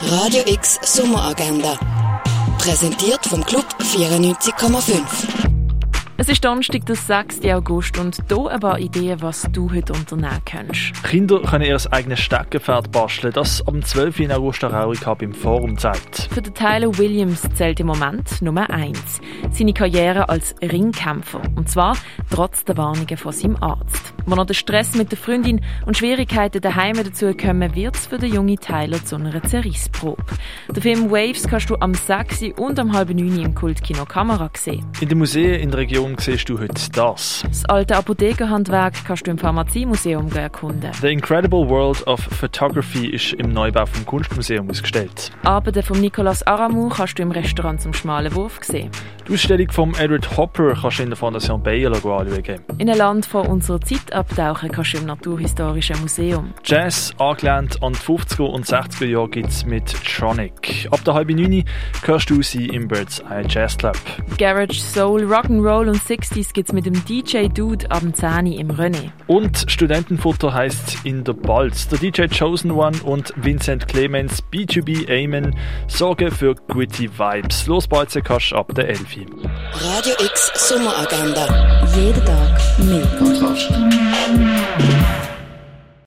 Radio X Sommeragenda. Präsentiert vom Club 94,5. Es ist Donnerstag, der 6. August und hier ein paar Ideen, was du heute unternehmen kannst. Kinder können ihr eigenes Steckenpferd basteln, das am 12. in Augusta Raurica beim Forum zeigt. Für den Tyler Williams zählt im Moment Nummer 1. Seine Karriere als Ringkämpfer. Und zwar trotz der Warnungen von seinem Arzt. Wenn noch der Stress mit der Freundin und Schwierigkeiten daheim dazu kommen, wird es für den jungen Tyler zu einer Zerrissprobe. Den Film Waves kannst du am 6. und am 8:30 im Kultkino Kamera sehen. In den Museen in der Region siehst du heute das. Das alte Apothekerhandwerk kannst du im Pharmaziemuseum erkunden. The Incredible World of Photography ist im Neubau vom Kunstmuseum ausgestellt. Arbeiten von Nicolas Aramou kannst du im Restaurant zum Schmalen Wurf sehen. Die Ausstellung von Edward Hopper kannst du in der Fondation Bayer anschauen. In ein Land von unserer Zeit abtauchen kannst du im Naturhistorischen Museum. Jazz, angelehnt an die 50er und 60er Jahre, gibt es mit Tronic. Ab der 8:30 hörst du sie im Bird's Eye Jazz Club. Garage, Soul, Rock'n'Roll und 60s gibt's mit dem DJ Dude am 10 im René. Und Studentenfutter heisst in der Balz. Der DJ Chosen One und Vincent Clemens B2B Amen sorgen für gute Vibes. Losbeizen kannst du ab der 11. Radio X Sommeragenda. Jeden Tag mehr.